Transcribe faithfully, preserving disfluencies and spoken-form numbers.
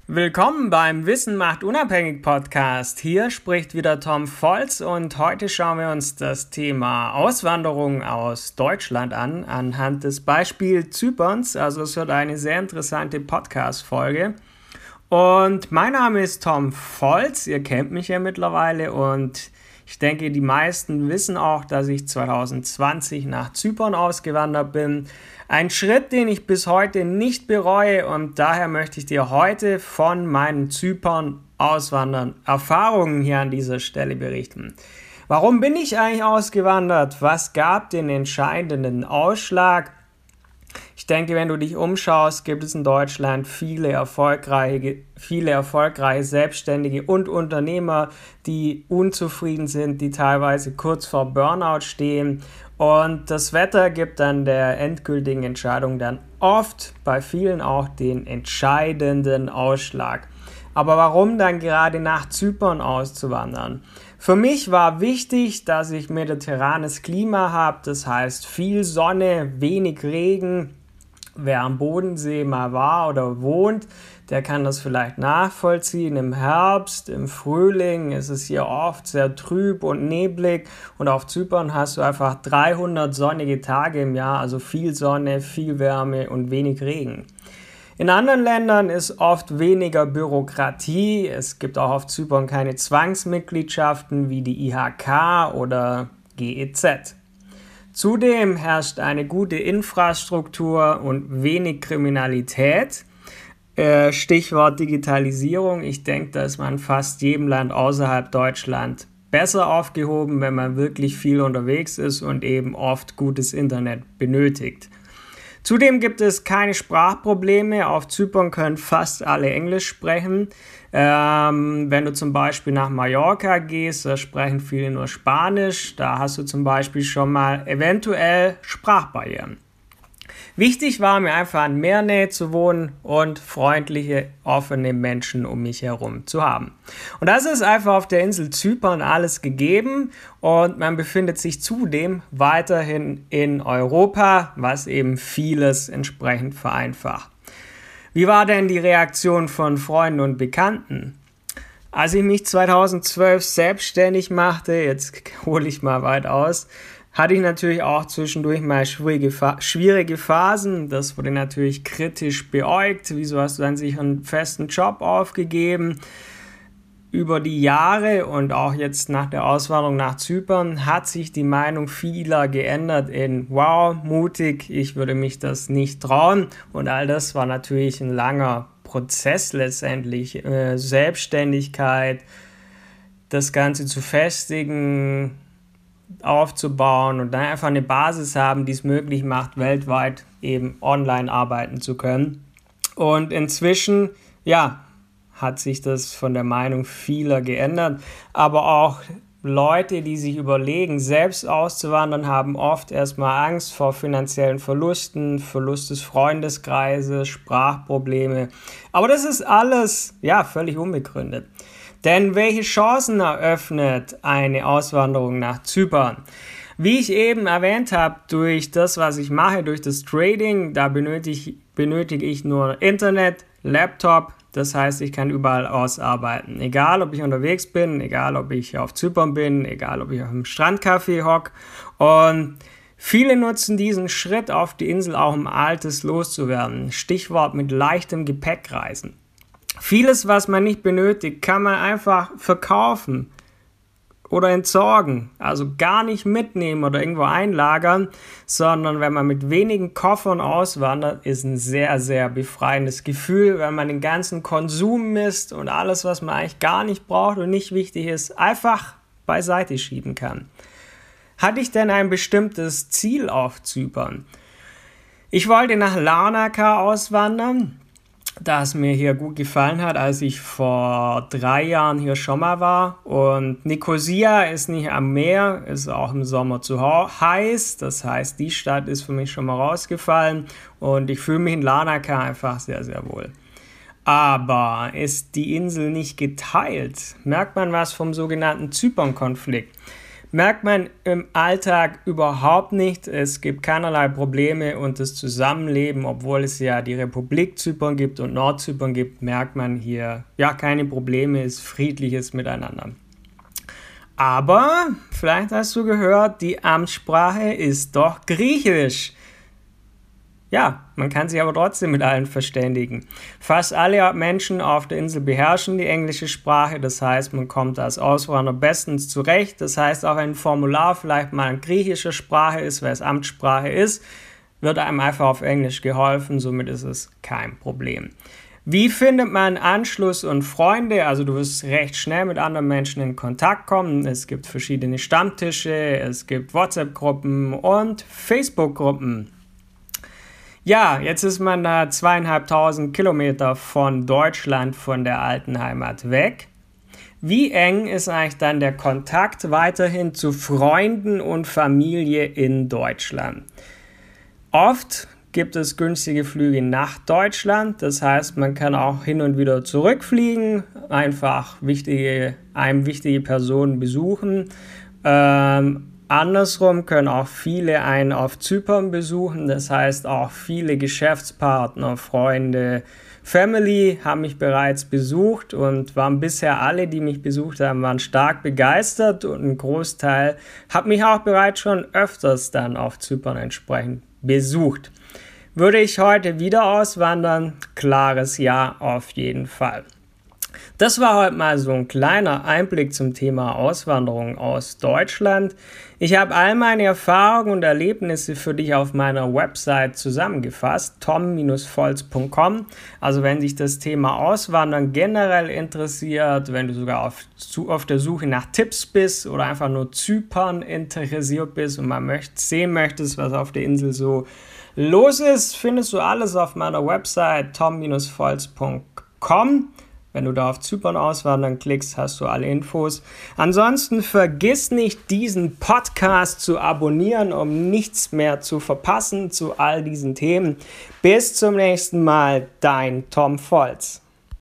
Willkommen beim Wissen macht unabhängig Podcast. Hier spricht wieder Tom Volz und heute schauen wir uns das Thema Auswanderung aus Deutschland an, anhand des Beispiels Zyperns. Also es wird eine sehr interessante Podcast-Folge. Und mein Name ist Tom Volz, ihr kennt mich ja mittlerweile und ich denke, die meisten wissen auch, dass ich zwanzig zwanzig nach Zypern ausgewandert bin. Ein Schritt, den ich bis heute nicht bereue und daher möchte ich dir heute von meinen Zypern-Auswandern-Erfahrungen hier an dieser Stelle berichten. Warum bin ich eigentlich ausgewandert? Was gab den entscheidenden Ausschlag? Ich denke, wenn du dich umschaust, gibt es in Deutschland viele erfolgreiche, viele erfolgreiche Selbstständige und Unternehmer, die unzufrieden sind, die teilweise kurz vor Burnout stehen. Und das Wetter gibt dann der endgültigen Entscheidung dann oft bei vielen auch den entscheidenden Ausschlag. Aber warum dann gerade nach Zypern auszuwandern? Für mich war wichtig, dass ich mediterranes Klima habe, das heißt viel Sonne, wenig Regen. Wer am Bodensee mal war oder wohnt, der kann das vielleicht nachvollziehen. Im Herbst, im Frühling ist es hier oft sehr trüb und neblig und auf Zypern hast du einfach dreihundert sonnige Tage im Jahr, also viel Sonne, viel Wärme und wenig Regen. In anderen Ländern ist oft weniger Bürokratie. Es gibt auch auf Zypern keine Zwangsmitgliedschaften wie die I H K oder G E Z. Zudem herrscht eine gute Infrastruktur und wenig Kriminalität. Äh, Stichwort Digitalisierung. Ich denke, da ist man in fast jedem Land außerhalb Deutschland besser aufgehoben, wenn man wirklich viel unterwegs ist und eben oft gutes Internet benötigt. Zudem gibt es keine Sprachprobleme. Auf Zypern können fast alle Englisch sprechen. Ähm, wenn du zum Beispiel nach Mallorca gehst, da sprechen viele nur Spanisch. Da hast du zum Beispiel schon mal eventuell Sprachbarrieren. Wichtig war mir einfach an Meernähe zu wohnen und freundliche, offene Menschen um mich herum zu haben. Und das ist einfach auf der Insel Zypern alles gegeben und man befindet sich zudem weiterhin in Europa, was eben vieles entsprechend vereinfacht. Wie war denn die Reaktion von Freunden und Bekannten? Als ich mich zweitausendzwölf selbstständig machte, jetzt hole ich mal weit aus, hatte ich natürlich auch zwischendurch mal schwierige, schwierige Phasen. Das wurde natürlich kritisch beäugt. Wieso hast du dann sich einen festen Job aufgegeben? Über die Jahre und auch jetzt nach der Auswanderung nach Zypern hat sich die Meinung vieler geändert in wow, mutig, ich würde mich das nicht trauen. Und all das war natürlich ein langer Prozess letztendlich. Äh, Selbstständigkeit, das Ganze zu festigen, aufzubauen und dann einfach eine Basis haben, die es möglich macht, weltweit eben online arbeiten zu können. Und inzwischen, ja, hat sich das von der Meinung vieler geändert, aber auch Leute, die sich überlegen, selbst auszuwandern, haben oft erstmal Angst vor finanziellen Verlusten, Verlust des Freundeskreises, Sprachprobleme. Aber das ist alles, ja, völlig unbegründet. Denn welche Chancen eröffnet eine Auswanderung nach Zypern? Wie ich eben erwähnt habe, durch das, was ich mache, durch das Trading, da benötige, benötige ich nur Internet, Laptop, das heißt, ich kann überall ausarbeiten. Egal, ob ich unterwegs bin, egal, ob ich auf Zypern bin, egal, ob ich auf einem Strandcafé hocke. Und viele nutzen diesen Schritt auf die Insel auch, um Altes loszuwerden. Stichwort mit leichtem Gepäck reisen. Vieles, was man nicht benötigt, kann man einfach verkaufen oder entsorgen. Also gar nicht mitnehmen oder irgendwo einlagern, sondern wenn man mit wenigen Koffern auswandert, ist ein sehr, sehr befreiendes Gefühl, wenn man den ganzen Konsum misst und alles, was man eigentlich gar nicht braucht und nicht wichtig ist, einfach beiseite schieben kann. Hatte ich denn ein bestimmtes Ziel auf Zypern? Ich wollte nach Larnaca auswandern, da es mir hier gut gefallen hat, als ich vor drei Jahren hier schon mal war. Und Nikosia ist nicht am Meer, ist auch im Sommer zu heiß. Das heißt, die Stadt ist für mich schon mal rausgefallen und ich fühle mich in Larnaca einfach sehr, sehr wohl. Aber ist die Insel nicht geteilt? Merkt man was vom sogenannten Zypern-Konflikt? merkt man im Alltag überhaupt nicht. Es gibt keinerlei Probleme und das Zusammenleben, obwohl es ja die Republik Zypern gibt und Nordzypern gibt, merkt man hier ja keine Probleme, ist friedliches Miteinander. Aber, vielleicht hast du gehört, die Amtssprache ist doch Griechisch. Ja, man kann sich aber trotzdem mit allen verständigen. Fast alle Menschen auf der Insel beherrschen die englische Sprache, das heißt, man kommt als Auswanderer bestens zurecht. Das heißt, auch wenn ein Formular vielleicht mal in griechischer Sprache ist, weil es Amtssprache ist, wird einem einfach auf Englisch geholfen, somit ist es kein Problem. Wie findet man Anschluss und Freunde? Also du wirst recht schnell mit anderen Menschen in Kontakt kommen. Es gibt verschiedene Stammtische, es gibt WhatsApp-Gruppen und Facebook-Gruppen. Ja, jetzt ist man da zweieinhalbtausend Kilometer von Deutschland, von der alten Heimat weg. Wie eng ist eigentlich dann der Kontakt weiterhin zu Freunden und Familie in Deutschland? Oft gibt es günstige Flüge nach Deutschland, das heißt, man kann auch hin und wieder zurückfliegen, einfach wichtige, einem wichtige Personen besuchen. Ähm, Andersrum können auch viele einen auf Zypern besuchen, das heißt auch viele Geschäftspartner, Freunde, Family haben mich bereits besucht und waren bisher alle, die mich besucht haben, waren stark begeistert und ein Großteil hat mich auch bereits schon öfters dann auf Zypern entsprechend besucht. Würde ich heute wieder auswandern? Klares Ja auf jeden Fall. Das war heute mal so ein kleiner Einblick zum Thema Auswanderung aus Deutschland. Ich habe all meine Erfahrungen und Erlebnisse für dich auf meiner Website zusammengefasst, tom Bindestrich volz Punkt com. Also wenn dich das Thema Auswandern generell interessiert, wenn du sogar auf, auf der Suche nach Tipps bist oder einfach nur Zypern interessiert bist und mal möcht, sehen möchtest, was auf der Insel so los ist, findest du alles auf meiner Website tom Bindestrich volz Punkt com. Wenn du da auf Zypern auswandern klickst, hast du alle Infos. Ansonsten vergiss nicht, diesen Podcast zu abonnieren, um nichts mehr zu verpassen zu all diesen Themen. Bis zum nächsten Mal, dein Tom Volz.